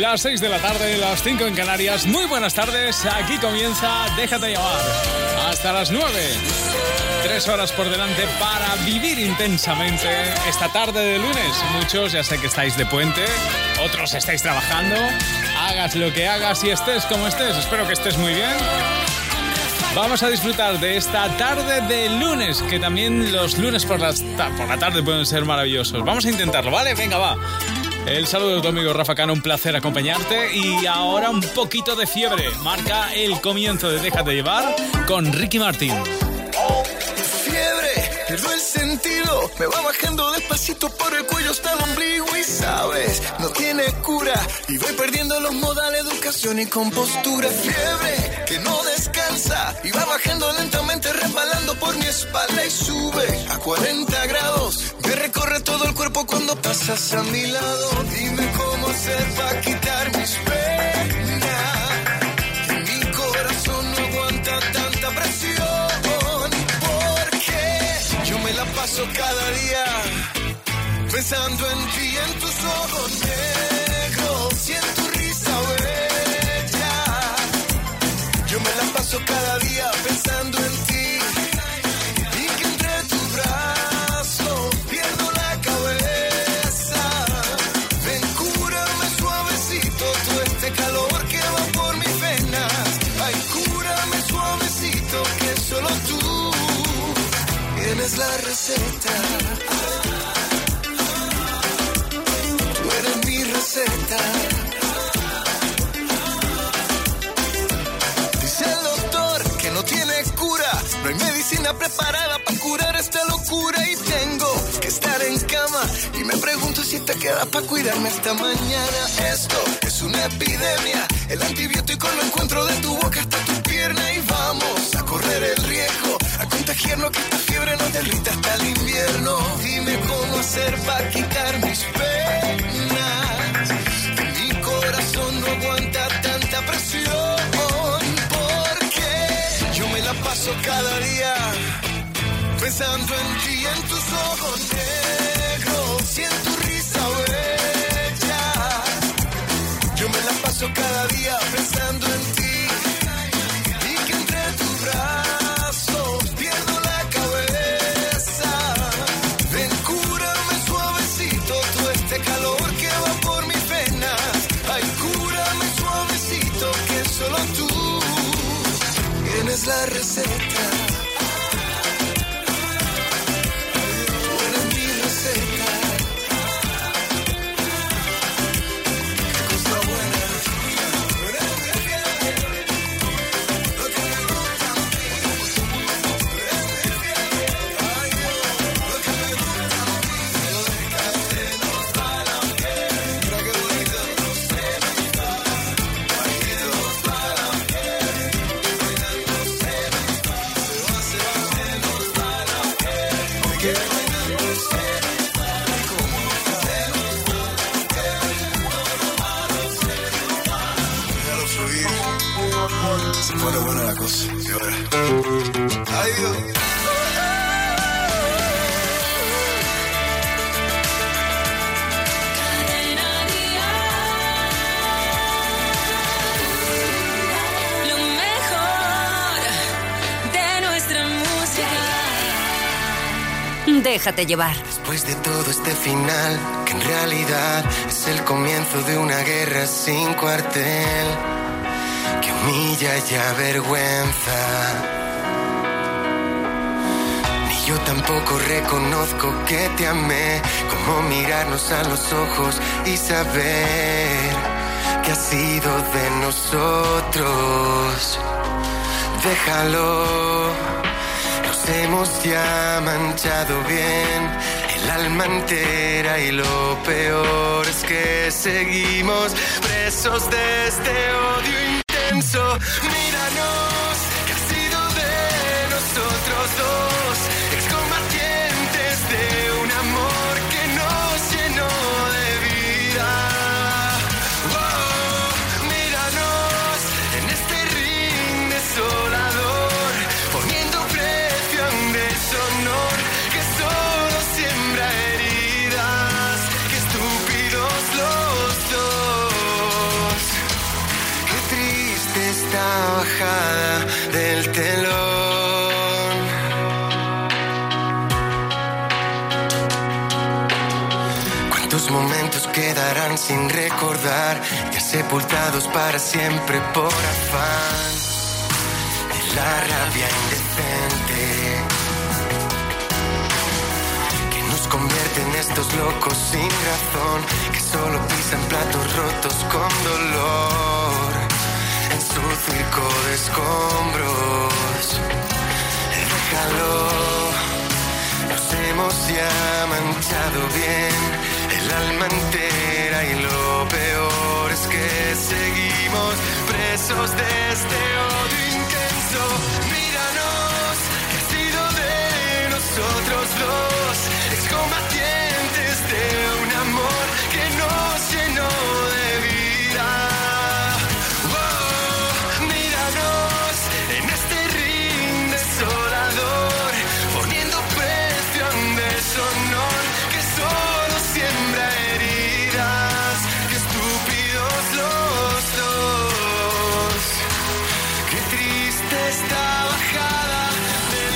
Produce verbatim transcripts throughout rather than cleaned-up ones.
Las seis de la tarde, las cinco en Canarias. Muy buenas tardes, aquí comienza Déjate Llevar. Hasta las nueve. Tres horas por delante para vivir intensamente esta tarde de lunes. Muchos ya sé que estáis de puente, otros estáis trabajando. Hagas lo que hagas y estés como estés. Espero que estés muy bien. Vamos a disfrutar de esta tarde de lunes, que también los lunes por la, por la tarde pueden ser maravillosos. Vamos a intentarlo, ¿vale? Venga, va. El saludo de tu amigo Rafa Cano, un placer acompañarte. Y ahora un poquito de fiebre. Marca el comienzo de Déjate Llevar con Ricky Martin. Fiebre, pierdo el sentido, me va bajando despacito por el cuello hasta el ombligo y sabes, no tiene cura y voy perdiendo los modales, educación y compostura. Fiebre, que no descansa y va bajando lentamente resbalando por mi espalda y sube a cuarenta grados, me recorre todo el cuerpo cuando pasas a mi lado. Dime cómo hacer para quitar mis penas, que mi corazón no aguanta tanta presión. Me la paso cada día pensando en ti, en tus ojos negros y en tu risa bella. Yo me la paso cada día pensando en ti y que entre tus brazos pierdo la cabeza. Ven, cúrame suavecito todo este calor que va por mis venas. Ay, cúrame suavecito que solo tú tienes la receta. Tú eres mi receta. Dice el doctor que no tiene cura, no hay medicina preparada para curar esta locura y tengo que estar en cama y me pregunto si te queda para cuidarme esta mañana. Esto es una epidemia, el antibiótico lo encuentro de tu boca hasta tu pierna y vamos a correr el riesgo a contagiarnos que esta fiebre nos derrita hasta el invierno. Dime cómo hacer para quitar mis penas, que mi corazón no aguanta tanta presión, porque yo me la paso cada día pensando en ti, en tus ojos negros y en tu risa bella. Yo me la paso cada día pensando en ti y que entre tus brazos pierdo la cabeza. Ven, cúrame suavecito todo este calor que va por mis venas. Ay, cúrame suavecito que solo tú tienes la receta. Tú eres mi receta. Qué cosa buena. Se pone buena la cosa, y ahora. Ay, Dios. Lo mejor de nuestra música. Déjate llevar. Después de todo este final, que en realidad es el comienzo de una guerra sin cuartel, que humilla y avergüenza. Ni yo tampoco reconozco que te amé, como mirarnos a los ojos y saber que ha sido de nosotros. Déjalo, nos hemos ya manchado bien el alma entera y lo peor es que seguimos presos de este odio intenso. Míranos, que ha sido de nosotros dos, excombatientes de un amor que nos llenó de vida. Oh, míranos en este ring desolador, poniendo precio a un deshonor que solo siembra heridas. Qué estúpidos los dos. está bajada del telón. ¿Cuántos momentos quedarán sin recordar, ya sepultados para siempre por afán de la rabia indecente que nos convierte en estos locos sin razón, que solo pisan platos rotos con dolor en su circo de escombros? Déjalo, nos hemos ya manchado bien el alma entera y lo peor es que seguimos presos de este odio intenso. Míranos, que ha sido de nosotros dos, excombatientes de un amor que nos llenó de vida. Oh, míranos en este ring desolador, poniendo precio a un deshonor que solo siembra heridas. Qué estúpidos los dos, qué triste esta bajada del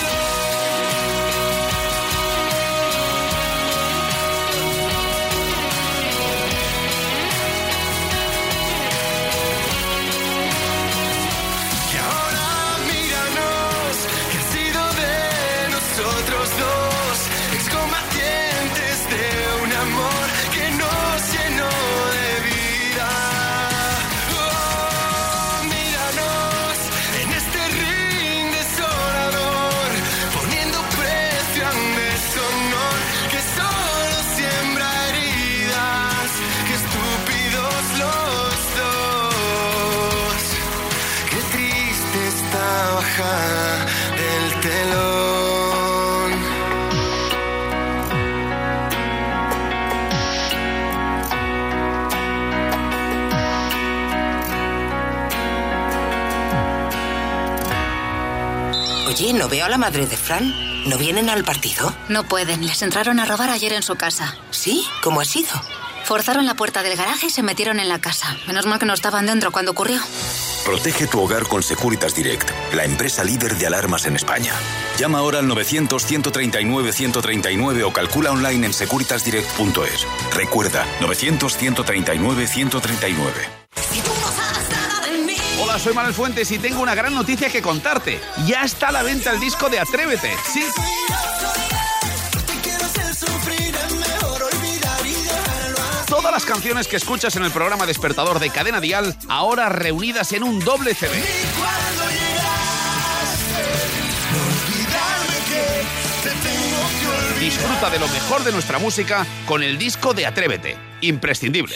y ahora míranos, que ha sido de nosotros dos, excombatientes de un amor que nos llenó de vida. Oh, míranos en este ring desolador, poniendo precio a un deshonor que solo siembra heridas. Qué estúpidos los dos, qué triste esta bajada del telón. Oye, ¿no veo a la madre de Fran? ¿No vienen al partido? No pueden, les entraron a robar ayer en su casa. ¿Sí? ¿Cómo ha sido? Forzaron la puerta del garaje y se metieron en la casa. Menos mal que no estaban dentro cuando ocurrió. Protege tu hogar con Securitas Direct, la empresa líder de alarmas en España. Llama ahora al novecientos, ciento treinta y nueve, ciento treinta y nueve o calcula online en securitas direct punto es. Recuerda, novecientos, ciento treinta y nueve, ciento treinta y nueve. Hola, soy Manuel Fuentes y tengo una gran noticia que contarte. Ya está a la venta el disco de Atrévete. Sí. Todas las canciones que escuchas en el programa Despertador de Cadena Dial, ahora reunidas en un doble C D. Disfruta de lo mejor de nuestra música con el disco de Atrévete. Imprescindible.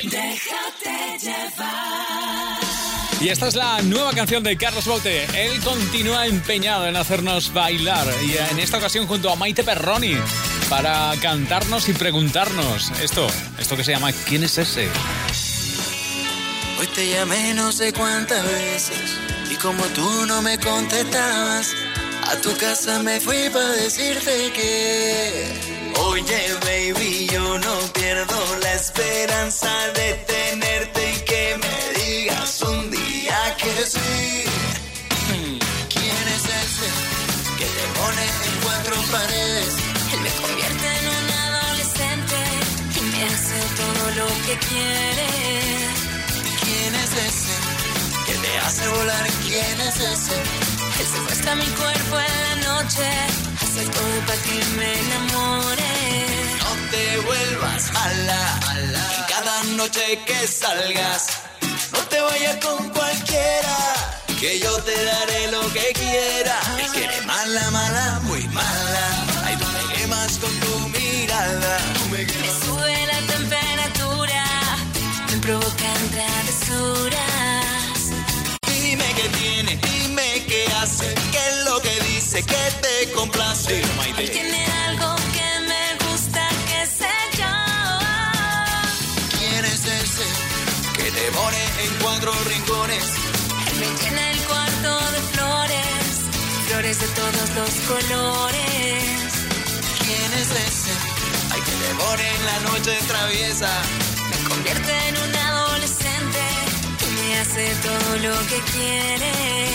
Y esta es la nueva canción de Carlos Baute. Él continúa empeñado en hacernos bailar, y en esta ocasión junto a Maite Perroni, para cantarnos y preguntarnos esto, esto que se llama ¿Quién es ese? Hoy te llamé no sé cuántas veces y como tú no me contestabas, a tu casa me fui para decirte que oye baby, yo no pierdo la esperanza de tenerte y que me digas un día que sí. ¿Quién es ese que te pone en cuatro paredes? Él me convierte en un adolescente y me hace todo lo que quiere. ¿Quién es ese que te hace volar? ¿Quién es ese? Él secuestra mi cuerpo en la noche, hace todo para que me enamore. No te vuelvas mala, mala. En cada noche que salgas, no te vayas con cualquiera, que yo te daré lo que quiera. Es que eres mala, mala, muy mala. Ay, tú me quemas con tu mirada. Tú me quemas. Me sube la temperatura, me provocan travesuras. Dime qué tiene, dime qué hace, qué es lo que dice, que te complace. Él tiene algo que me gusta, qué sé yo. ¿Quién es ese que te pone en cuatro rincones? Él me llena el cuarto de flores, flores de todos los colores. ¿Quién es ese? Ay, que te pone en la noche traviesa. Me convierte en un adolescente y me hace todo lo que quiere.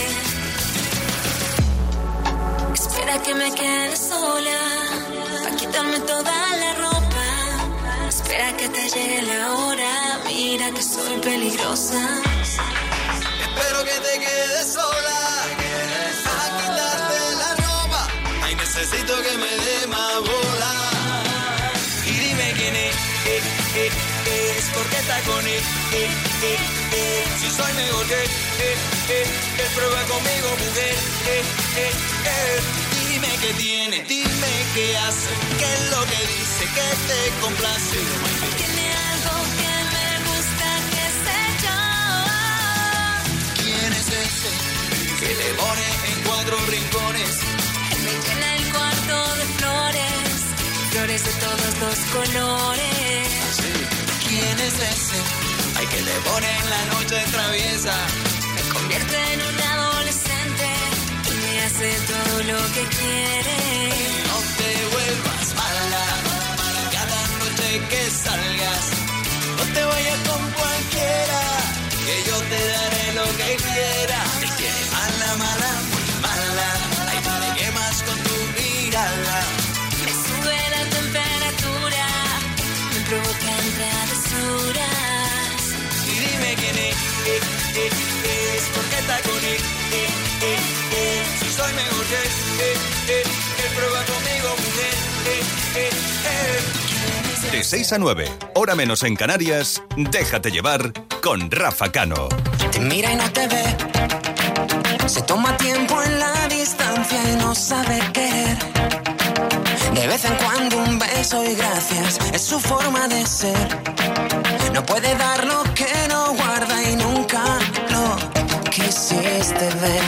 Espera que me quede sola, pa' quitarme toda la ropa. Espera que te llegue la hora, mira que soy peligrosa. Espero que te quedes sola, a quitarte la ropa. Ay, necesito que me dé más bola. Y dime quién es, eh, eh, eh, es porque está con él, eh, eh, eh. Si soy mejor que él, eh, eh, él prueba conmigo, mujer, eh, eh, eh. Dime qué tiene, dime qué hace, qué es lo que dice, que te complace. Tiene algo que me gusta, qué sé yo. ¿Quién es ese que le pone en cuatro rincones? Me llena el cuarto de flores, flores de todos los colores. ¿Quién es ese? Ay, que le pone en la noche traviesa. Me convierte en un adolescente y me hace todo lo que quiere. No te vuelvas mala, cada noche que salgas. No te vayas con cualquiera, que yo te daré lo que quiera. Te quieres mala, mala, muy mala. Ay, tú me quemas con tu mirada. Me sube la temperatura, me provocan travesuras. Y dime quién es, eh, eh, eh, es porque está con él, eh, eh, eh. Si soy mejor que él, eh, eh, él prueba conmigo, mujer, eh, eh, eh. De seis a nueve, hora menos en Canarias, déjate llevar con Rafa Cano. Te mira y no te ve, se toma tiempo en la distancia y no sabe querer. De vez en cuando un beso y gracias es su forma de ser. No puede dar lo que no guarda y nunca lo quisiste ver.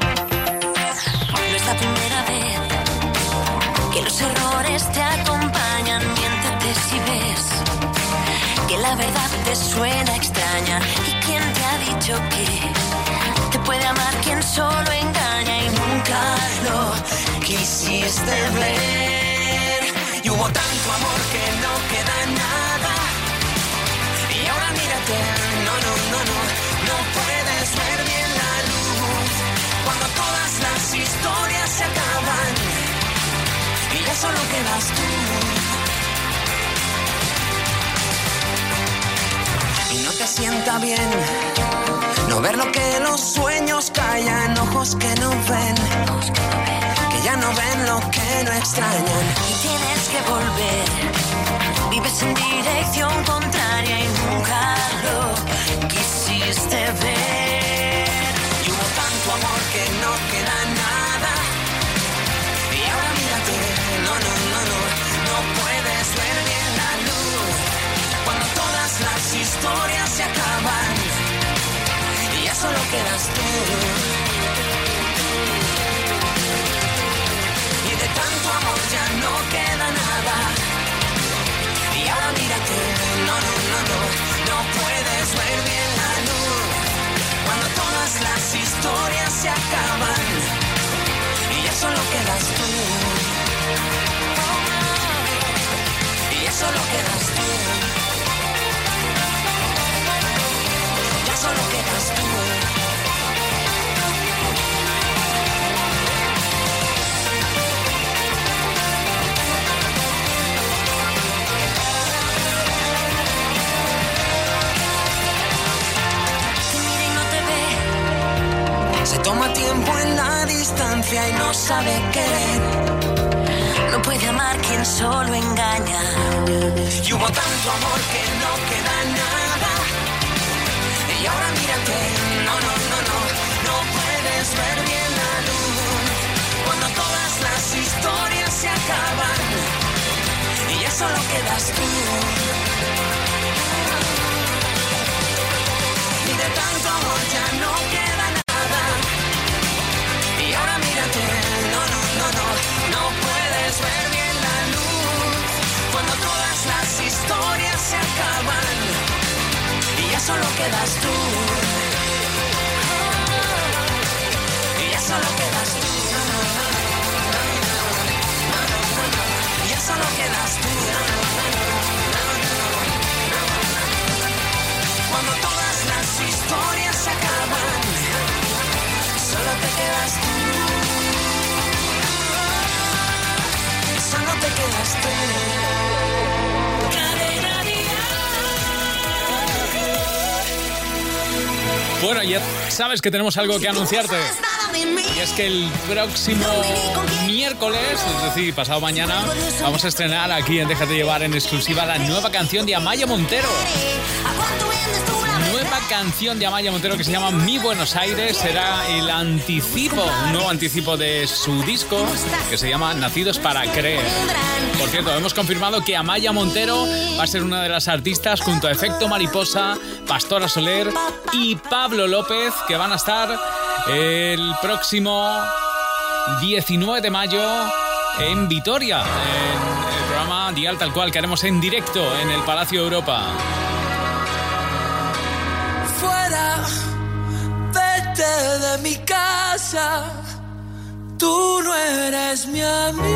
No es la primera vez que los errores te acompañan. Miéntete si ves que la verdad te suena extraña. ¿Y quién te ha dicho que te puede amar quien solo engaña y nunca lo quisiste ver? Y hubo tanto amor que no queda nada. Y ahora mírate, no, no, no, no, no puedes ver bien la luz. Cuando todas las historias se acaban y ya solo quedas tú. Y no te sienta bien no ver lo que los sueños callan, ojos que no ven, que ya no ven lo que no extrañan. Y tienes que volver, vives en dirección contraria y nunca lo quisiste ver. Y hubo tanto amor que no queda nada. Y ahora mírate, no, no, no, no, no puedes ver bien la luz. Cuando todas las historias se acaban y ya solo quedas tú. Y de tanto amor ya no queda nada. Y ahora mírate, no, no, no, no, no puedes ver bien la luz. Cuando todas las historias se acaban y ya solo quedas tú. Y ya solo quedas tú. Ya solo quedas tú. Se toma tiempo en la distancia y no sabe querer. No puede amar quien solo engaña. Y hubo tanto amor que no queda nada. Y ahora mírate, no, no, no, no, no puedes ver bien la luz. Cuando todas las historias se acaban y ya solo quedas tú. Y de tanto amor ya no queda nada. Y ahora mírate, no, no, no, no, no puedes ver bien la luz. Cuando todas las historias se acaban y ya solo quedas tú. Y ya solo quedas tú. Y ya solo quedas tú. Bueno, ya sabes que tenemos algo que anunciarte. Y es que el próximo miércoles, es decir, pasado mañana, vamos a estrenar aquí en Déjate Llevar en exclusiva la nueva canción de Amaya Montero. Nueva canción de Amaya Montero que se llama Mi Buenos Aires. Será el anticipo, un nuevo anticipo de su disco que se llama Nacidos para Creer. Por cierto, hemos confirmado que Amaya Montero va a ser una de las artistas junto a Efecto Mariposa, Pastora Soler y Pablo López, que van a estar el próximo diecinueve de mayo en Vitoria, en el programa Dial Tal Cual que haremos en directo en el Palacio Europa. Fuera, vete de mi casa, tú no eres mi amiga.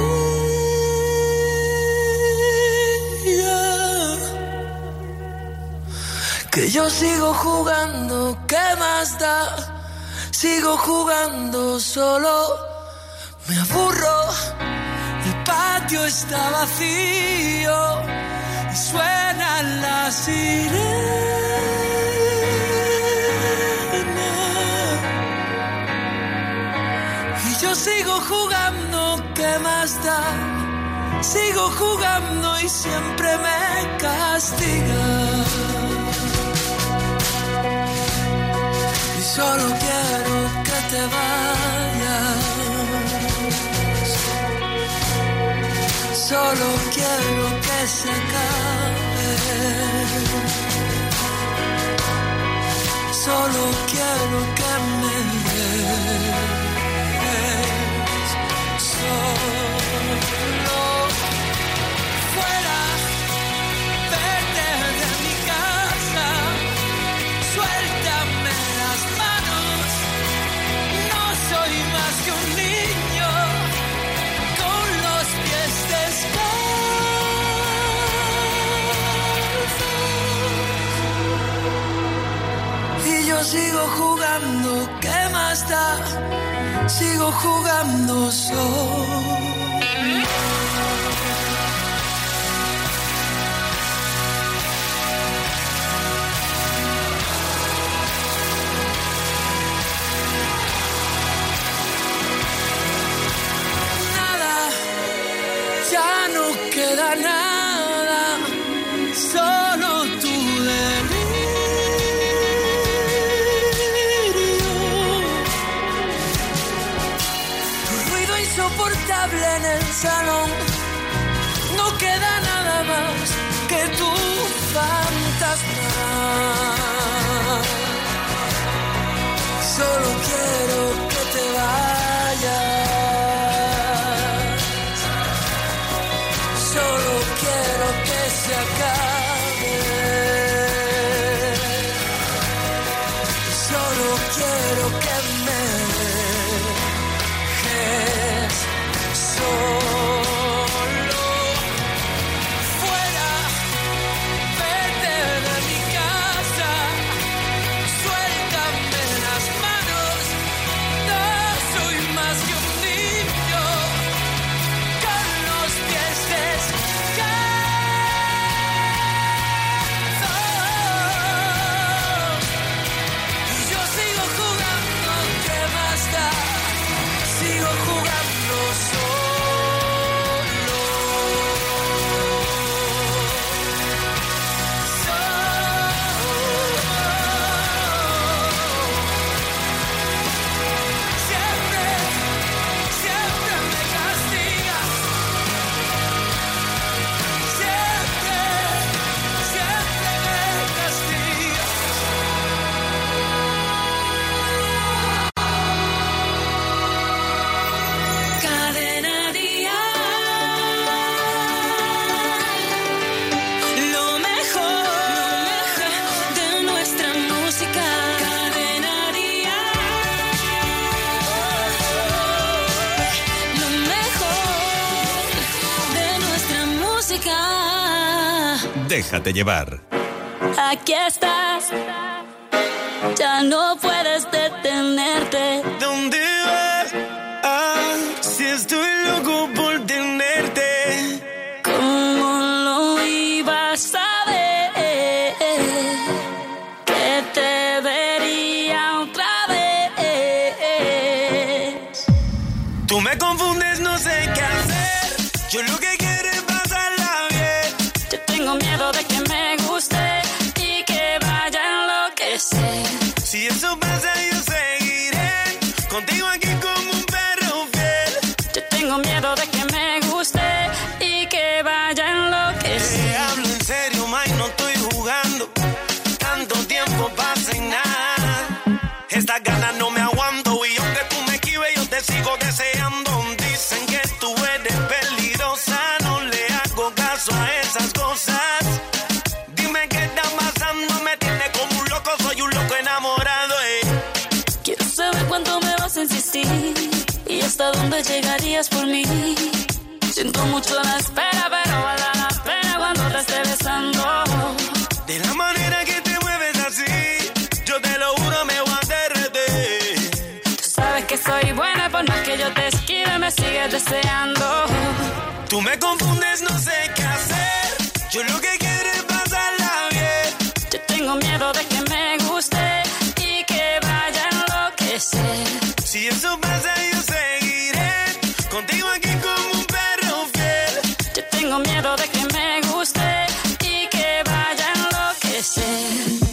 Que yo sigo jugando, ¿qué más da? Sigo jugando solo, me aburro, el patio está vacío y suenan las sirenas. Y yo sigo jugando, ¿qué más da? Sigo jugando y siempre me castiga. Y solo quiero que te vayas. Solo quiero que se acabe. Solo quiero que me des. Solo fuera, vete de mi casa. Suéltame las manos. No soy más que un niño con los pies descalzos. Y yo sigo jugando, ¿qué más da? Sigo jugando solo. Ya no queda nada, solo tu delirio. Ruido insoportable en el salón, no queda nada más que tu fantasma. Solo quiero que te vayas. Solo quiero que se acabe. Solo quiero que me dejes solo. Fuera, vete de mi casa. Suéltame las manos. No soy más que un niño con los pies descalzos. Y yo sigo jugando, ¿qué más da? Sigo jugando solo. Siempre, siempre me castigas. Siempre, siempre me castigas. Cadena Dial, lo mejor de nuestra música. Cadena Dial, lo mejor de nuestra música. Déjate llevar. Aquí estás, ya no puedes detenerte. ¿Dónde vas? Ah, si estoy loco por tenerte. ¿Cómo lo ibas a ver? Que te vería Tú me confundes, no sé qué hacer. Yo lo que quiero es pasarla bien. Yo tengo miedo de que me guste y que vaya a enloquecer. Si eso pasa, yo seguiré contigo aquí como un perro fiel. Yo tengo miedo de que me guste y que vaya a enloquecer. Te hablo en serio, May, no estoy jugando. Tanto tiempo pasa en nada. Estas ganas no me aguanto y aunque tú me esquives, yo te sigo deseando. Dicen que tú eres peligrosa, no le hago caso a esas cosas. Dime qué está pasando, me tiene como un loco, soy un loco enamorado, eh. Quiero saber cuánto me vas a insistir y hasta dónde llegarías por mí. Siento mucho la espera, pero vale la pena cuando te esté besando. De la manera que te mueves así, yo te lo juro, me voy a derretir. Tú sabes que soy buena, por más que yo te esquive, me sigues deseando. Tú me confundes, no sé qué hacer. Yo lo que quiero es pasarla bien. Yo tengo miedo de que me guste y que vaya a enloquecer. Si eso pasa, yo seguiré contigo aquí como un perro fiel. Yo tengo miedo de que me guste y que vaya a enloquecer.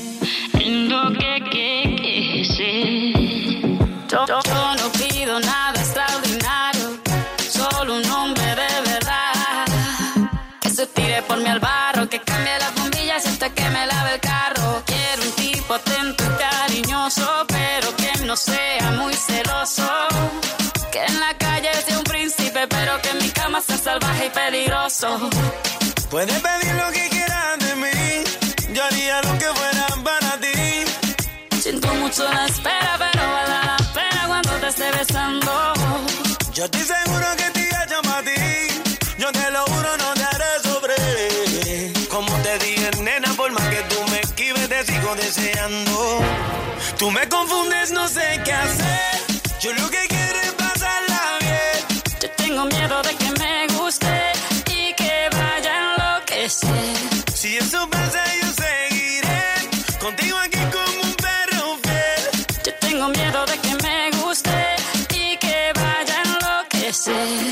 Enloquecer. Yo, yo, yo no pido nada extraordinario, solo un hombre de verdad. Que se tire por mí al barro, que cambie las bombillas hasta que me lave el carro. Quiero un tipo atento y cariñoso, pero que no sea muy celoso. Que en la calle sea un príncipe, pero que en mi cama sea salvaje y peligroso. Puedes pedir lo que quieras de mí, yo haría lo que fuera para ti. Siento mucho la espera, pero vale la pena cuando te esté besando. Yo estoy seguro que te llamo para ti, yo te lo juro, no te haré sobre. Como te dije, nena, por más que tú me esquives, te sigo deseando. Tú me confundes, no sé qué hacer. Yo lo que quiero es pasarla bien. Yo tengo miedo de que me guste y que vaya a enloquecer. Si eso pasa, yo seguiré contigo aquí como un perro fiel. Yo tengo miedo de que me guste y que vaya a enloquecer.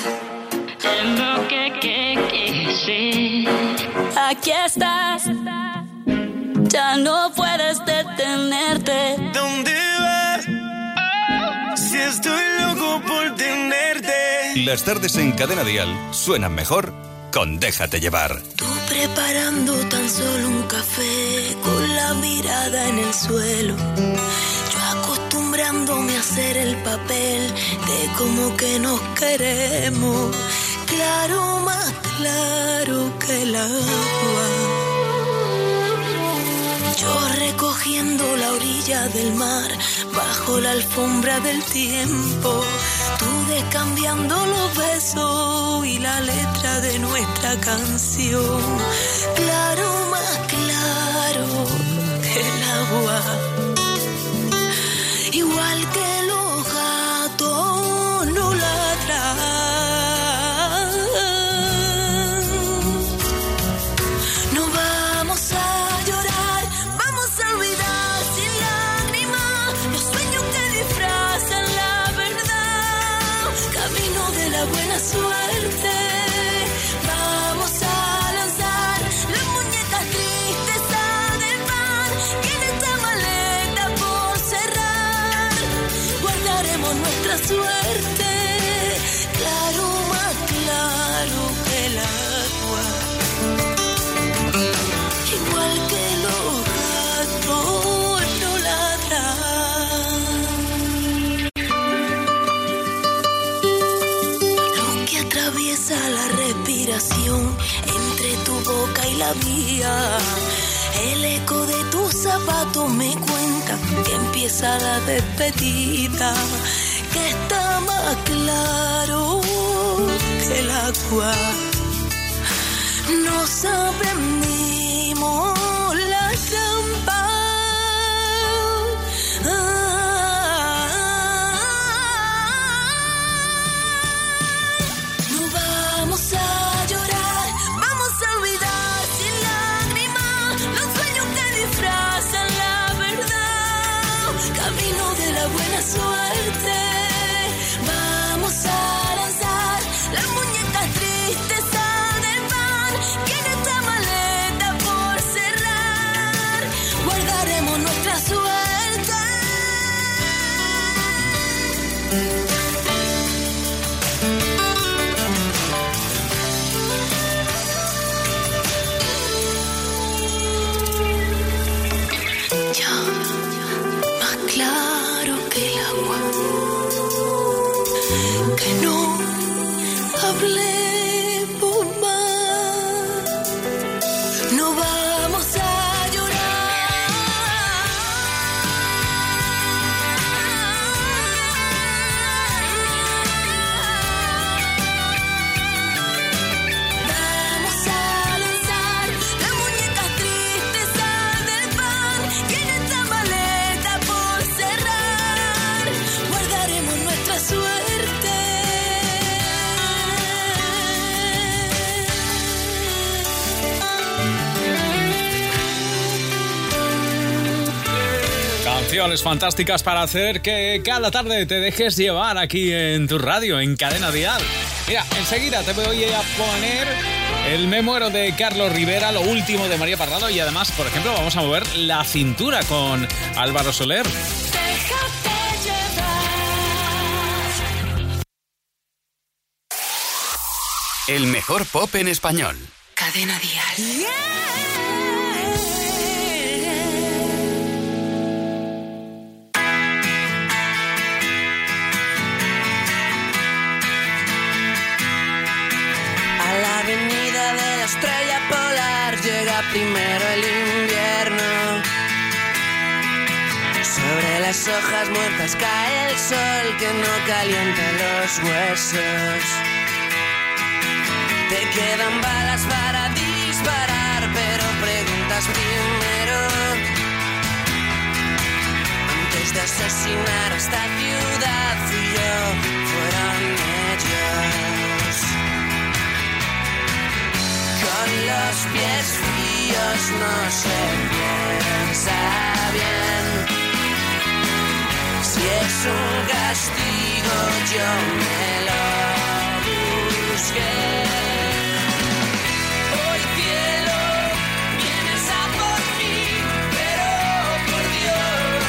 Enloquecer. Aquí estás, ya no puedes detenerte. ¿Dónde vas? Si estoy loco por tenerte. Las tardes en Cadena Dial suenan mejor con Déjate Llevar. Tú preparando tan solo un café con la mirada en el suelo. Yo acostumbrándome a hacer el papel de como que nos queremos. Claro, más claro que el agua. Yo recogiendo la orilla del mar bajo la alfombra del tiempo. Tú descambiando los besos y la letra de nuestra canción. Claro, más claro que el agua. Igual que los gatos no ladran. No vamos a llorar, vamos a olvidar sin lágrimas los sueños que disfrazan la verdad. Camino de la buena suerte, vamos a lanzar las muñecas tristeza del pan que en esta maleta por cerrar guardaremos nuestra suerte. Claro, más claro que el agua. Igual que los gatos no ladran. Lo que atraviesa la respiración entre tu boca y la mía. El eco de tus zapatos me cuenta que empieza la despedida. Que está más claro que el agua. Nos aprendimos la trampa. No vamos a llorar, vamos a olvidar sin lágrimas los sueños que disfrazan la verdad. Camino de la buena suerte, vamos a Canciones fantásticas para hacer que cada tarde te dejes llevar aquí en tu radio, en Cadena Dial. Mira, enseguida te voy a poner el Me Muero de Carlos Rivera, lo último de María Parrado, y además, por ejemplo, vamos a mover la cintura con Álvaro Soler. El mejor pop en español. Cadena Dial. Yeah. Estrella polar, llega primero el invierno. Sobre las hojas muertas cae el sol que no calienta los huesos. Te quedan balas para disparar, pero preguntas primero. Antes de asesinar esta ciudad, fui yo, fueron ellos. Con los pies fríos no se piensa bien. Si es un castigo yo me lo busqué. Hoy cielo, vienes a por mí, pero por Dios,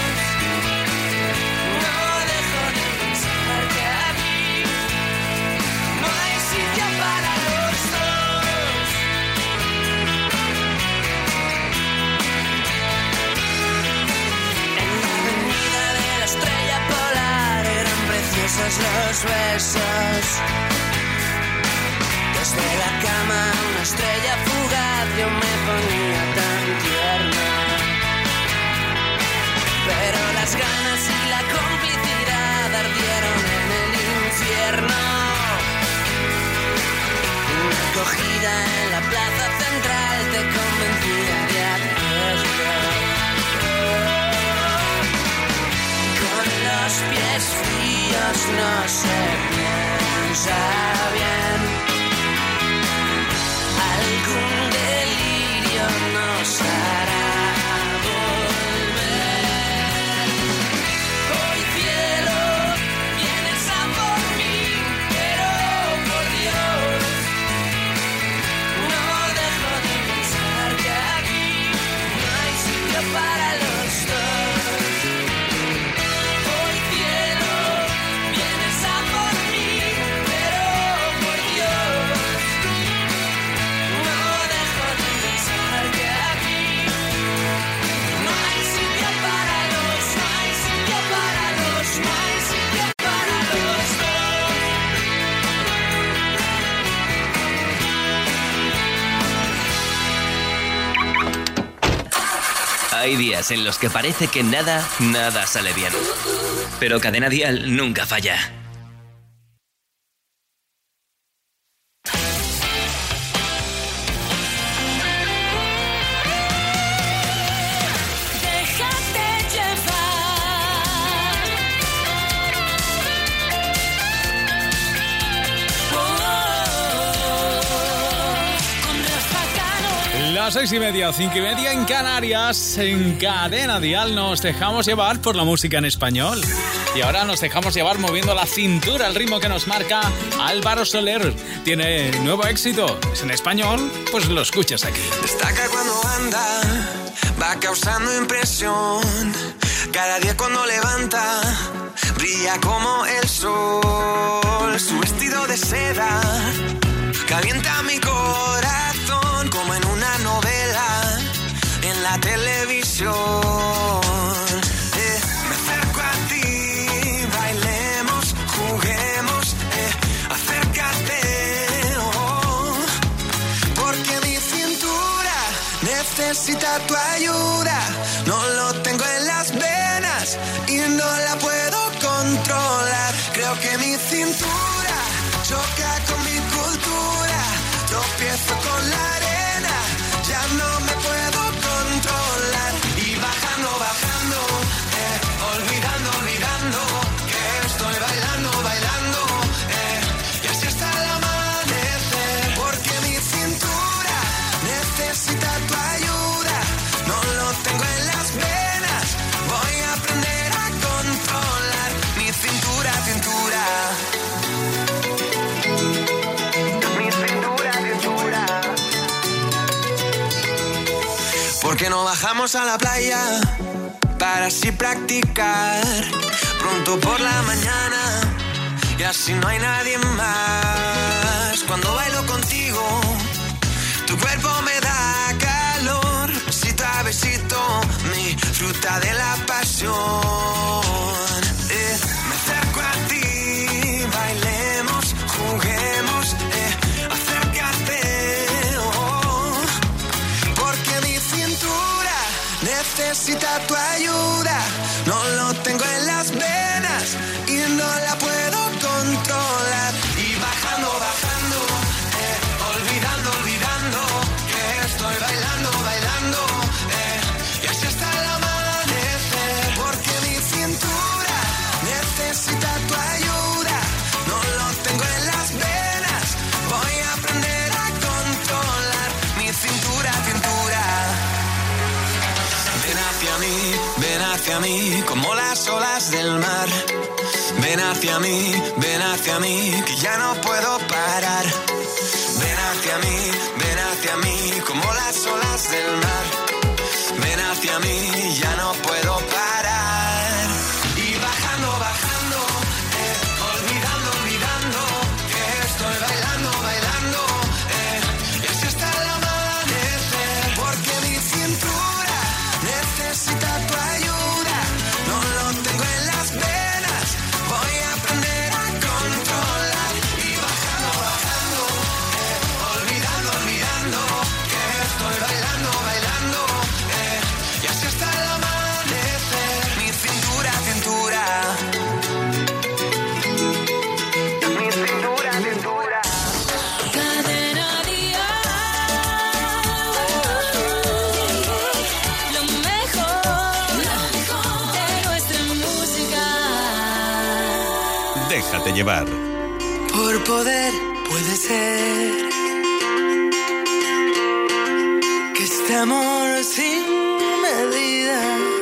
no dejo de pensar que aquí no hay sitio para los dos. Estrella polar, eran preciosos los besos. Desde la cama una estrella fugaz, yo me ponía tan tierna. Pero las ganas y la complicidad ardieron en el infierno. Una acogida en la plaza central te convencía de hacerlo. Los pies fríos no se piensa bien. Algún delirio nos hará volver. Hoy cielo, vienes a por mí, pero por Dios, no dejo de pensar que aquí no hay sitio para los dos. Hay días en los que parece que nada, nada sale bien. Pero Cadena Dial nunca falla. Las seis y media, cinco y media en Canarias, en Cadena Dial nos dejamos llevar por la música en español. Y ahora nos dejamos llevar moviendo la cintura al ritmo que nos marca Álvaro Soler. Tiene nuevo éxito, es en español, pues lo escuchas aquí. Destaca cuando anda, va causando impresión. Cada día cuando levanta, brilla como el sol, su vestido de seda calienta mi corazón como en una novela en la televisión. Eh, me acerco a ti, bailemos, juguemos, eh, acércate, oh, porque mi cintura necesita tu ayuda. No lo tengo en las venas y no la puedo controlar. Creo que mi cintura choca con mi cultura. Tropiezo con la arena, ya no me puedo controlar. Y bajando, bajando, eh, olvidando, olvidando, que estoy bailando, bailando, eh, y así hasta el amanecer. Porque mi cintura necesita tu ayuda. No lo tengo en las venas, voy a aprender a controlar mi cintura, cintura. Mi cintura, cintura. ¿Por qué no bajamos a la playa para así practicar pronto por la mañana y así no hay nadie más? Cuando bailo contigo, tu cuerpo me da calor, besito a besito, mi fruta de la pasión. Eh, me acerco a ti, bailemos, juguemos, eh, acércate, oh, porque mi cintura necesita tu ayuda. No lo tengo en las venas y no la puedo controlar. Y bajando, bajando, eh, olvidando, olvidando, que estoy bailando, bailando, eh, y así hasta el amanecer. Porque mi cintura necesita tu ayuda. No lo tengo en las venas, voy a aprender a controlar mi cintura, cintura. Ven hacia mí, ven hacia mí, como las olas del mar. Ven hacia mí, ven hacia mí, que ya no puedo parar. Ven hacia mí, ven hacia mí, como las olas del mar. Ven hacia mí, ya no puedo parar. Y bajando, bajando, eh, olvidando, olvidando, que estoy bailando, bailando, eh, y así hasta el amanecer. Porque mi cintura necesita tu ayuda. No lo tengo en las venas, voy a aprender a controlar. Y bajando, bajando, eh, olvidando, olvidando, que estoy bailando, bailando, eh, y así hasta el amanecer. Mi cintura, cintura. Mi cintura, cintura. Cadena Dial, lo mejor de nuestra música. Déjate llevar. Por poder puede ser que este amor sin medida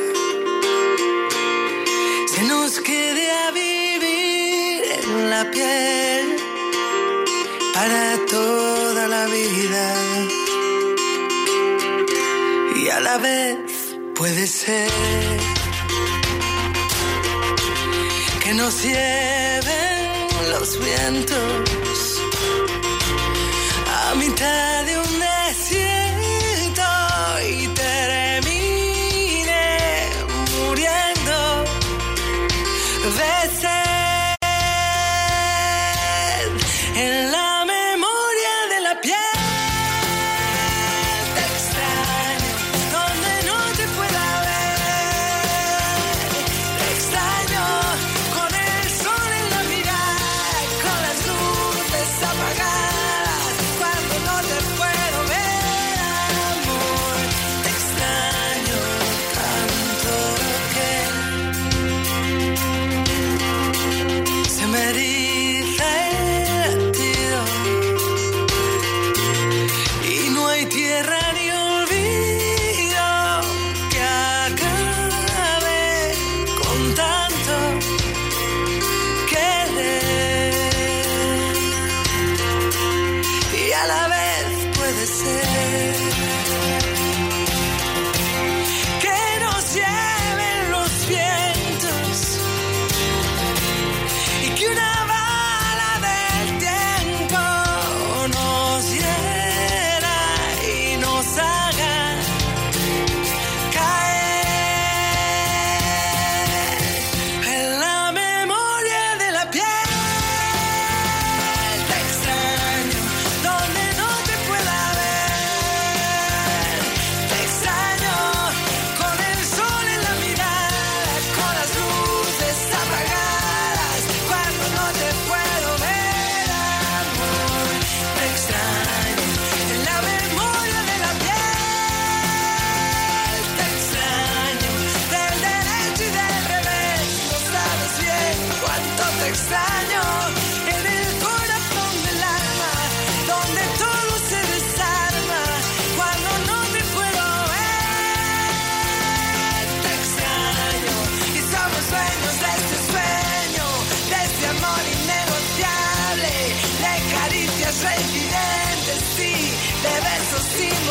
se nos quede a vivir en la piel para toda la vida. Y a la vez puede ser que nos lleven los vientos a mitad de un desierto y termine muriendo de sed en la memoria de la piel. Te extraño donde no te pueda ver. Te extraño con el sol en la mirada, con las luces apagadas, cuando no te puedo ver, amor. Te extraño tanto que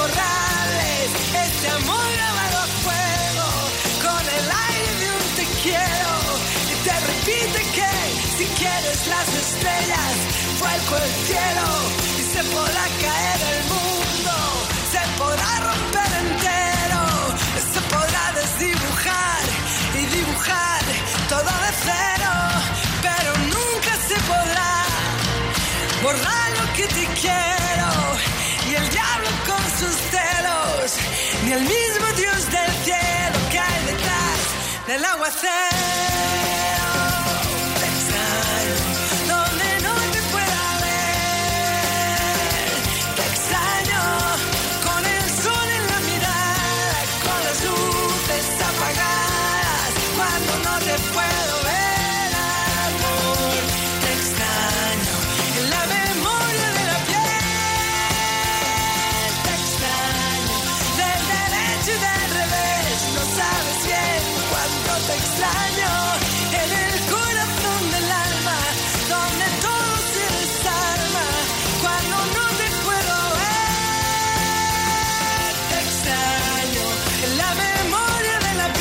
imborrables, este amor grabado a fuego, con el aire de un te quiero, y te repite que si quieres las estrellas, vuelco el cielo, y se podrá caer el mundo, se podrá romper entero, se podrá desdibujar y dibujar todo de cero, pero nunca se podrá borrar lo que te quiero, y el diablo con sus celos, ni el mismo Dios del cielo que hay detrás del aguacero. Te extraño donde no te pueda ver, te extraño con el sol en la mirada, con las luces apagadas, cuando no te puedo ver, amor. Te extraño en la memoria de la piel, te extraño del derecho y del revés, no sabes bien cuánto te extraño, en el corazón del alma, donde todo se desarma, cuando no te puedo ver, te extraño en la memoria de la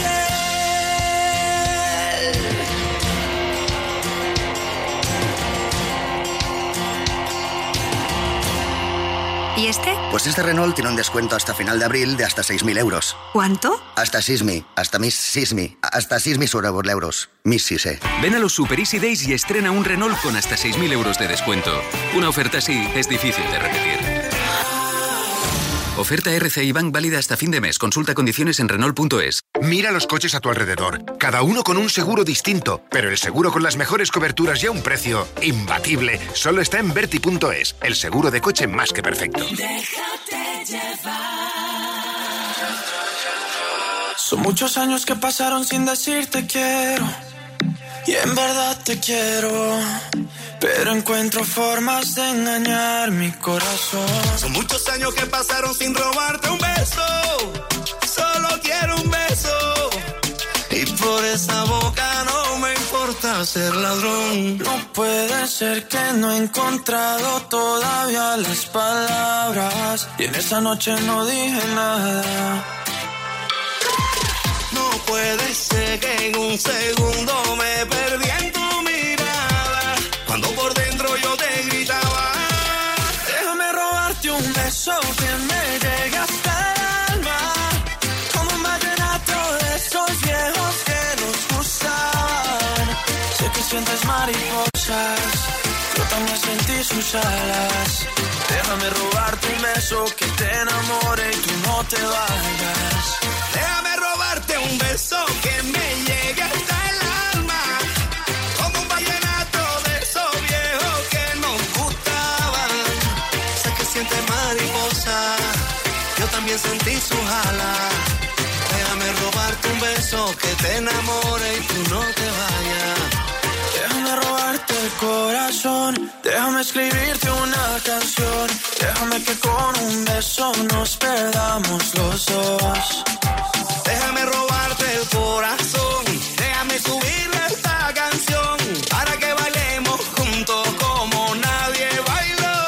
piel. ¿Y este? Pues este Renault tiene un descuento hasta final de abril de hasta seis mil euros. ¿Cuánto? Hasta Sismi, hasta Miss Sismi, hasta seis mil euros. Miss Sise. Ven a los Super Easy Days y estrena un Renault con hasta seis mil euros de descuento. Una oferta así es difícil de repetir. Oferta R C I Bank válida hasta fin de mes. Consulta condiciones en Renault punto es. Mira los coches a tu alrededor, cada uno con un seguro distinto, pero el seguro con las mejores coberturas y a un precio imbatible solo está en Verti punto es, el seguro de coche más que perfecto. Déjate llevar. Son muchos años que pasaron sin decirte quiero, y en verdad te quiero, pero encuentro formas de engañar mi corazón. Son muchos años que pasaron sin robarte un beso, solo quiero un beso, y por esa boca no me importa ser ladrón. No puede ser que no he encontrado todavía las palabras, y en esa noche no dije nada. No puede ser que en un segundo me perdí en tu mirada, cuando por dentro yo te gritaba. Déjame robarte un beso que me llegue hasta el alma, como un vallenato de esos viejos que nos gustaban. Sé que sientes mariposas, yo también sentí sus alas. Déjame robarte un beso que te enamore y tú no te vayas. Déjame robarte un beso que me llegue hasta el alma, como un vallenato de esos viejos que nos gustaban. Sé que sientes mariposa, yo también sentí sus alas. Déjame robarte un beso que te enamore y tú no te vayas. Déjame robarte el corazón, déjame escribirte una canción, déjame que con un beso nos perdamos los dos. Déjame robarte el corazón, déjame subirle esta canción, para que bailemos juntos como nadie bailó.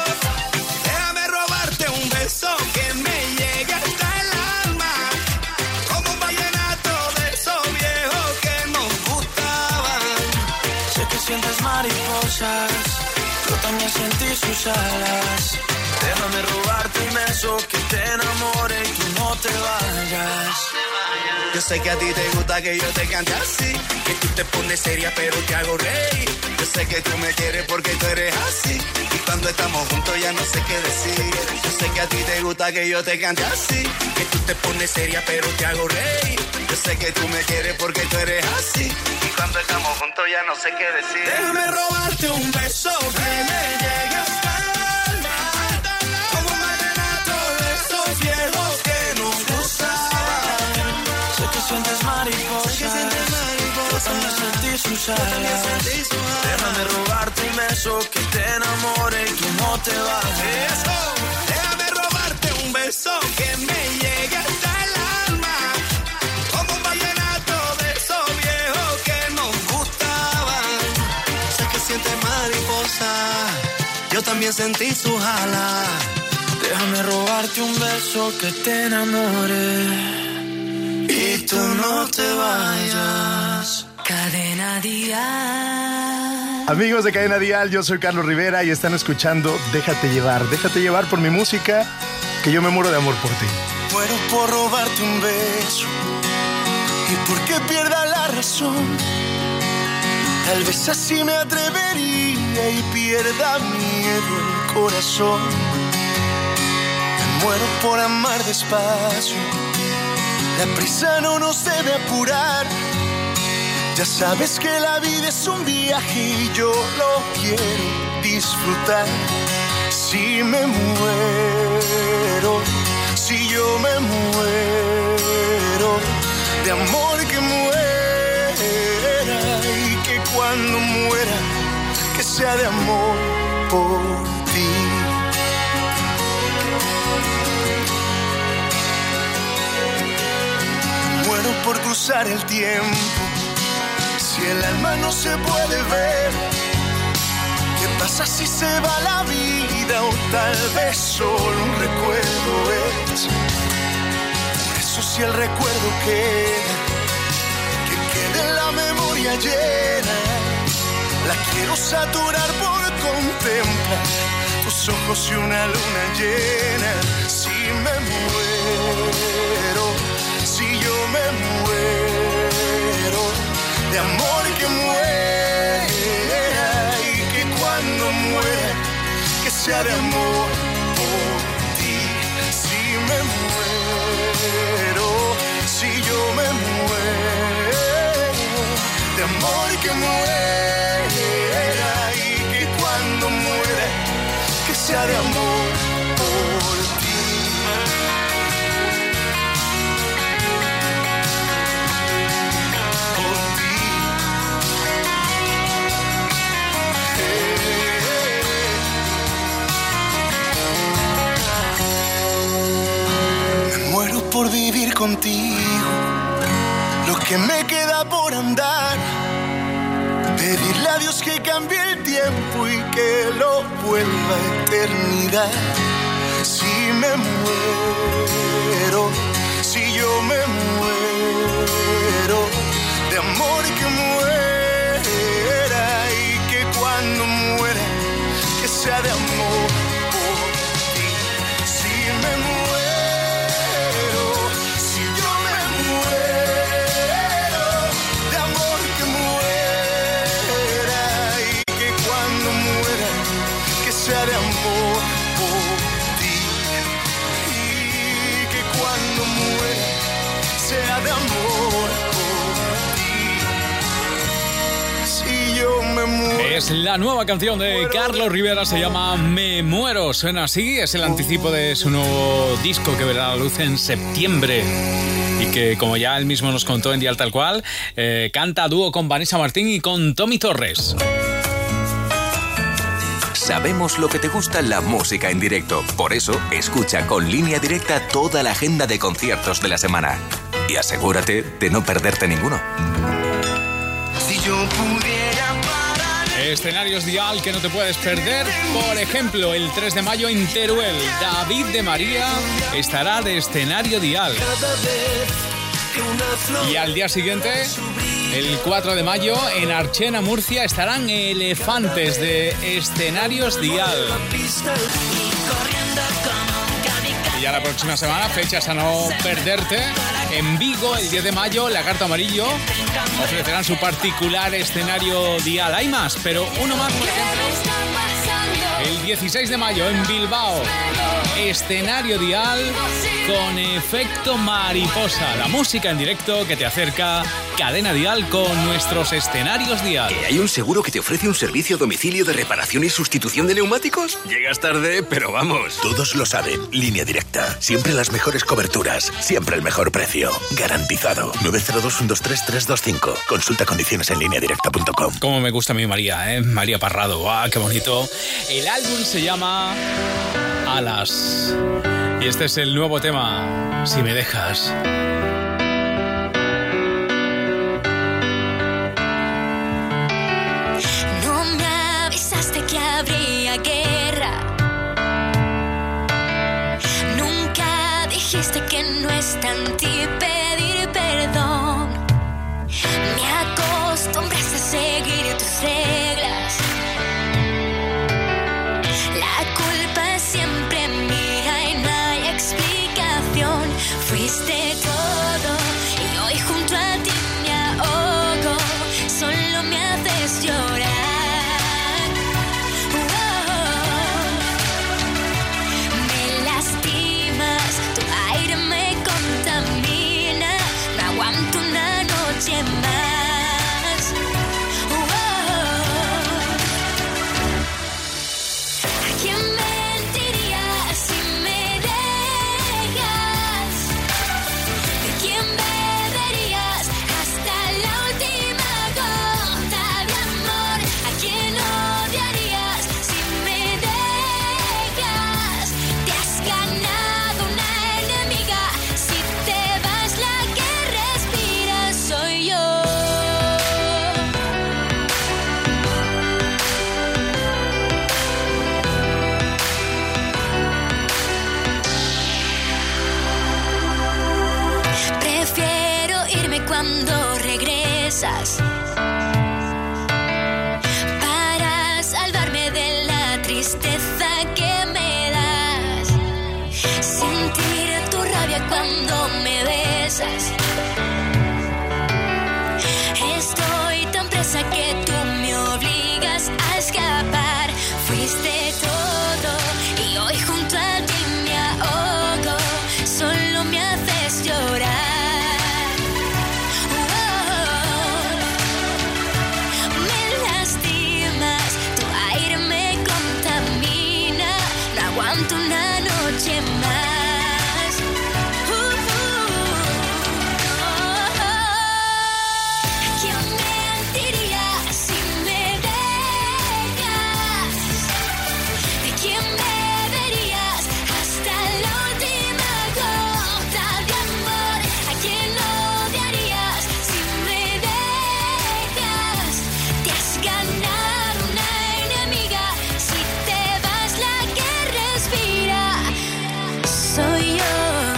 Déjame robarte un beso que me llegue hasta el alma, como un vallenato de esos viejos que nos gustaban. Sé que sientes mariposas, yo también sentí sus alas. Déjame robarte un beso que te enamore y tú no te vayas. Yo sé que a ti te gusta que yo te cante así, que tú te pones seria pero te hago reír. Yo sé que tú me quieres porque tú eres así, y cuando estamos juntos ya no sé qué decir. Yo sé que a ti te gusta que yo te cante así, que tú te pones seria pero te hago reír. Yo sé que tú me quieres porque tú eres así, y cuando estamos juntos ya no sé qué decir. Déjame robarte un beso que me llegue hasta el alma, como un vallenato de esos viejos que nos gustaban. Sé que sientes mariposas, yo también sentí sus alas. Déjame robarte un beso que te enamore y tú no te vayas. Eso. Déjame robarte un beso que me llegue hasta el alma, como un vallenato de esos viejos que nos gustaban. Sé que sientes mariposa, yo también sentí sus alas. Déjame robarte un beso que te enamore y tú no te vayas. Cadena Dial. Amigos de Cadena Dial, yo soy Carlos Rivera y están escuchando Déjate llevar. Déjate llevar por mi música, que yo me muero de amor por ti. Muero por robarte un beso y porque pierda la razón. Tal vez así me atrevería y pierda miedo el corazón. Me muero por amar despacio. La prisa no nos debe apurar. Ya sabes que la vida es un viaje y yo lo quiero disfrutar. Si me muero, si yo me muero, de amor que muera y que cuando muera, que sea de amor por ti. Muero por cruzar el tiempo. Si el alma no se puede ver, ¿qué pasa si se va la vida? O tal vez solo un recuerdo es. Por eso si el recuerdo queda, que quede en la memoria llena. La quiero saturar por contemplar tus ojos y una luna llena. Si me muero, si yo me muero, de amor que muera y que cuando muera, que sea de amor por ti. Si me muero, si yo me muero, de amor que muera y que cuando muera, que sea de amor por ti. Por vivir contigo, lo que me queda por andar, pedirle a Dios que cambie el tiempo y que lo vuelva a eternidad. Si me muero, si yo me muero, de amor que muera y que cuando muera, que sea de amor por ti. Si me muero, de amor por ti y que cuando muera sea de amor por ti. Si yo me muero. Es la nueva canción de Carlos Rivera, se llama Me Muero. Suena así, es el anticipo de su nuevo disco que verá la luz en septiembre. Y que, como ya él mismo nos contó en Dial Tal Cual, eh, canta a dúo con Vanessa Martín y con Tommy Torres. Sabemos lo que te gusta la música en directo. Por eso, escucha con Línea Directa toda la agenda de conciertos de la semana. Y asegúrate de no perderte ninguno. Si yo pudiera parar... Escenarios Dial que no te puedes perder. Por ejemplo, el tres de mayo en Teruel, David de María estará de escenario Dial. Y al día siguiente, el cuatro de mayo, en Archena, Murcia, estarán Elefantes de Escenarios Dial. Y ya la próxima semana, fechas a no perderte, en Vigo, el diez de mayo, Lagarto Amarillo ofrecerán su particular escenario Dial. Hay más, pero uno más, por ejemplo, el dieciséis de mayo, en Bilbao, escenario Dial con Efecto Mariposa, la música en directo que te acerca Cadena Dial con nuestros escenarios Dial. ¿Que hay un seguro que te ofrece un servicio a domicilio de reparación y sustitución de neumáticos? Llegas tarde, pero vamos. Todos lo saben. Línea Directa. Siempre las mejores coberturas. Siempre el mejor precio. Garantizado. nueve cero dos, uno dos tres, tres dos cinco. Consulta condiciones en línea directa punto com. Como me gusta a mí María, ¿eh? María Parrado. ¡Ah, qué bonito! El álbum se llama Alas. Y este es el nuevo tema, Si me dejas. No me avisaste que habría guerra. tristeza que me das, sentir tu rabia cuando me besas. Estoy tan presa que tú me obligas a escapar. Fuiste todo y hoy junto a ti me ahogo. Solo me haces llorar. Oh, me lastimas, tu aire me contamina. No aguanto una noche más. Uh, uh, oh, oh. ¿Quién mentiría si me dejas? ¿De quién beberías hasta la última gota de amor? ¿A quién odiarías si me dejas? Te has ganado una enemiga. Si te vas, la que respira soy yo.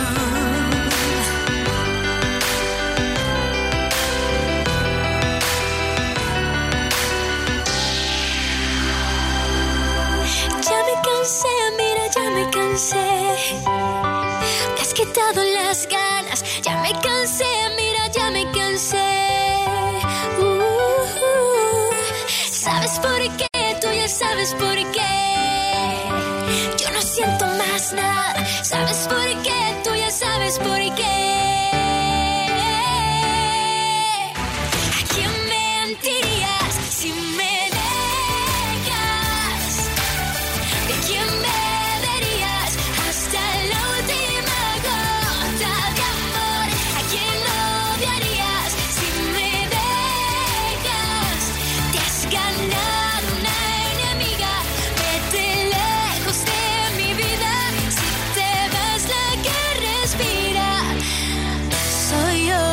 Ya me cansé, mira, ya me cansé. Me has quitado las ganas. Ya me cansé, mira, ya me cansé. Uh, uh. ¿Sabes por qué? Tú ya sabes por qué. Yo no siento más nada. ¿Sabes por qué? Tú ya sabes por qué. ¿A quién mentirías si me dejas? ¿De quién beberías hasta la última gota de amor? ¿A quién odiarías si me dejas? Te has ganado una enemiga. Vete lejos de mi vida. Si te vas, la que respira soy yo.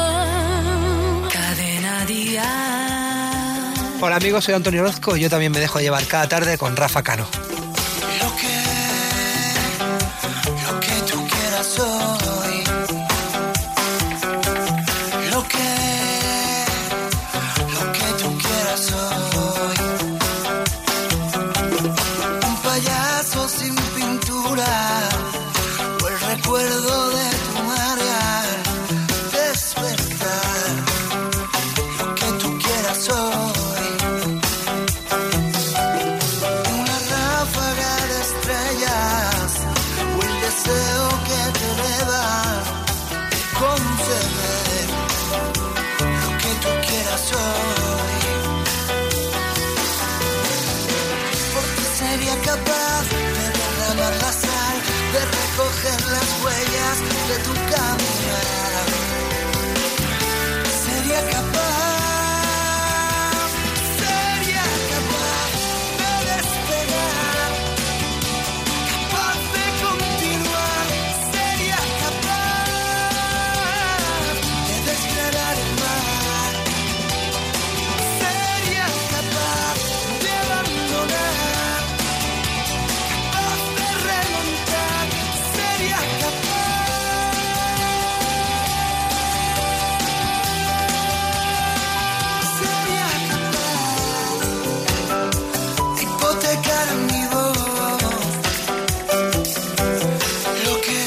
Cadena Dial. Hola amigos, soy Antonio Orozco y yo también me dejo llevar cada tarde con Rafa Cano. Lo que, lo que tú quieras hoy. Lo que, lo que tú quieras hoy. Un payaso sin pintura o el recuerdo de tu María. Despertar. Lo que tú quieras hoy. Una ráfaga de estrellas o el deseo que te eleva. Conceder lo que tú quieras hoy. Porque sería capaz de derramar la sal, de recoger las huellas de tu caminar. Sería capaz, sería capaz de despegar, capaz de continuar. Sería capaz de desgranar el mar. Sería capaz de abandonar, capaz de remontar. Sería Sería capaz de hipotecar mi voz. Lo que,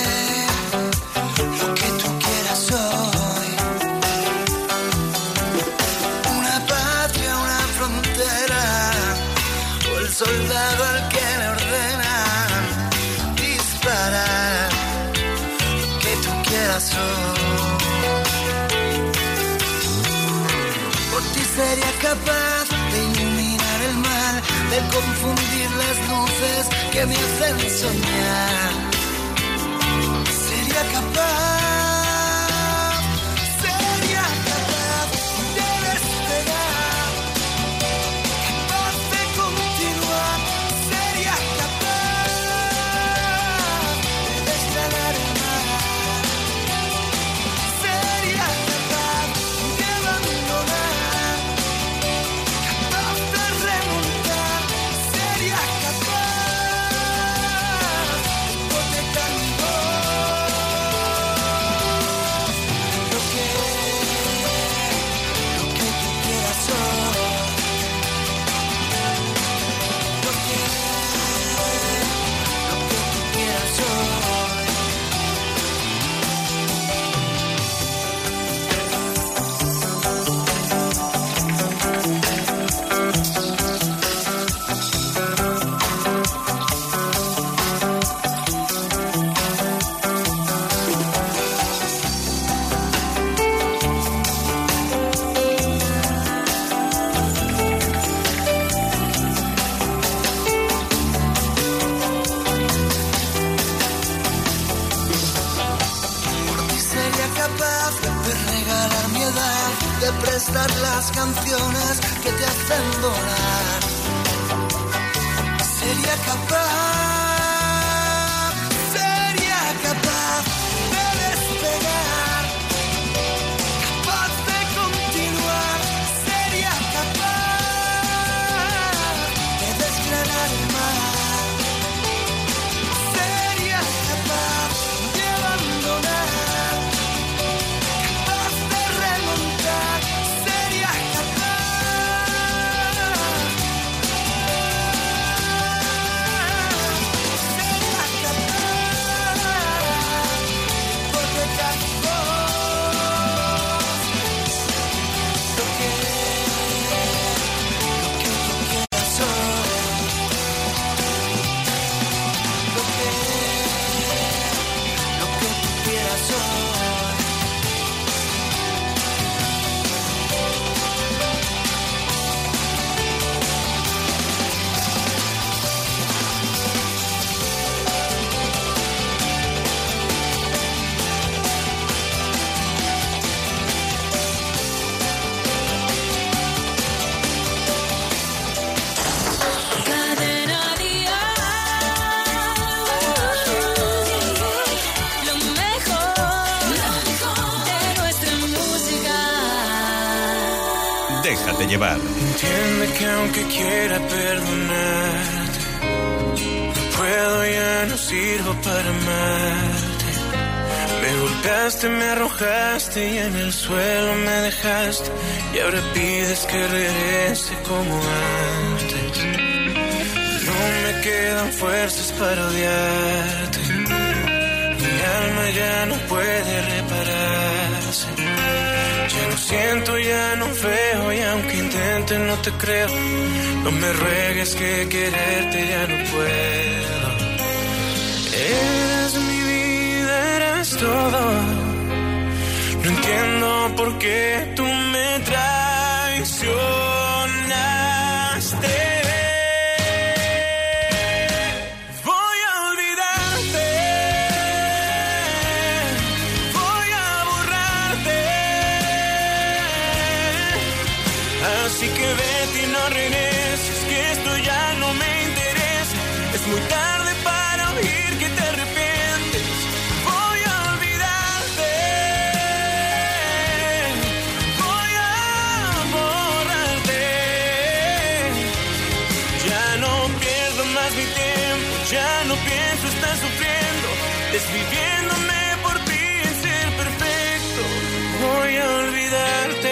lo que tú quieras hoy. Una patria, una frontera o el soldado al que le ordenan disparar. Lo que tú quieras hoy. Por ti sería capaz de iluminar el mal, de confundir las luces que me hacen soñar. Sería capaz, sería capaz de despegar, capaz de continuar. Sería capaz de desgranar el mar. Sería capaz de abandonar, capaz de remontar. Sería capaz de hipotecar mi voz. cantar las canciones que te hacen volar. Sería capaz, sería capaz de despegar, capaz de continuar, sería capaz de desgranar el mar, sería capaz de abandonar, capaz de remontar, sería Déjate llevar. Entiende que aunque quiera perdonarte, no puedo, ya no sirvo para amarte. Me golpeaste, me arrojaste y en el suelo me dejaste. Y ahora pides que regrese como antes. No me quedan fuerzas para odiarte. Mi alma ya no puede repararse. Ya no siento, ya no veo, y aunque intente no te creo. No me ruegues que quererte ya no puedo. Eres mi vida, eres todo. No entiendo por qué tú me traicionaste. Así que vete y no regreses, que esto ya no me interesa. Es muy tarde para oír que te arrepientes. Voy a olvidarte, voy a borrarte. Ya no pierdo más mi tiempo, ya no pienso estar sufriendo, desviviéndome por ti en ser perfecto. Voy a olvidarte.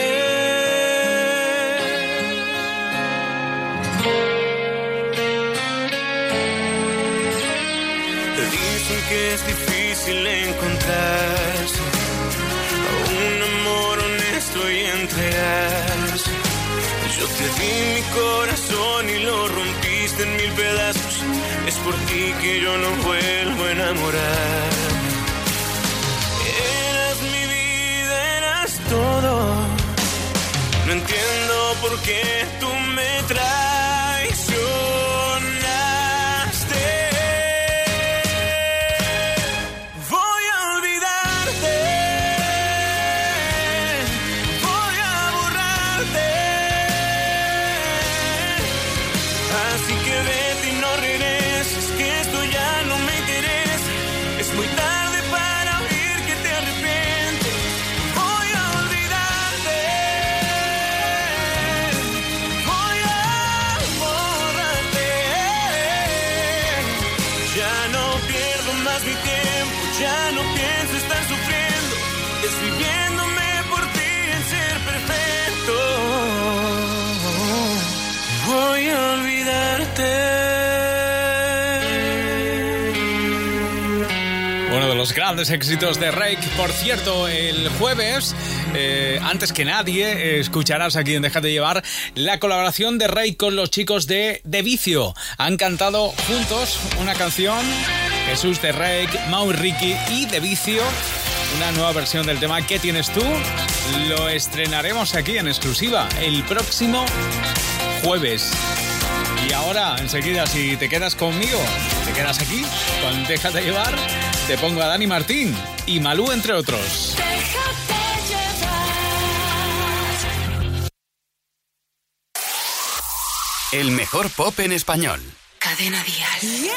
Que es difícil encontrarse a un amor honesto y entregarse. Yo te di mi corazón y lo rompiste en mil pedazos. Es por ti que yo no vuelvo a enamorarme. Eras mi vida, eras todo. No entiendo por qué tú me traicionaste. Así que vete y no regreses, que esto ya no me interesa. Es muy tarde para oír que te arrepientes. Voy a olvidarte, voy a borrarte. Ya no pierdo más mi tiempo, ya no pienso estar sufriendo, desviviéndome por ti en ser perfecto. Voy a olvidarte. Uno de los grandes éxitos de Reik. Por cierto, el jueves, eh, antes que nadie, eh, escucharás aquí en Déjate Llevar la colaboración de Reik con los chicos de De Vicio. Han cantado juntos una canción, Jesús de Reik, Mau y Ricky y De Vicio. Una nueva versión del tema ¿Qué tienes tú? Lo estrenaremos aquí en exclusiva el próximo jueves. Y ahora, enseguida, si te quedas conmigo, te quedas aquí, con Déjate Llevar, te pongo a Dani Martín y Malú, entre otros. Déjate llevar el mejor pop en español. Cadena Dial.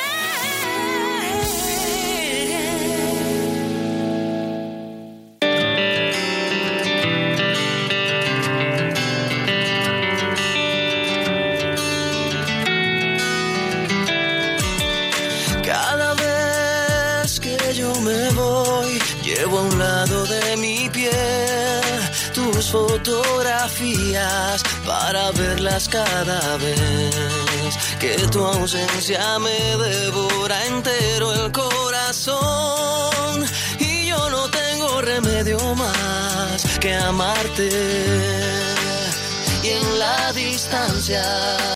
Cada vez que yo me voy, llevo a un lado de mi piel tus fotografías para verlas cada vez que tu ausencia me devora entero el corazón, y yo no tengo remedio más que amarte, y en la distancia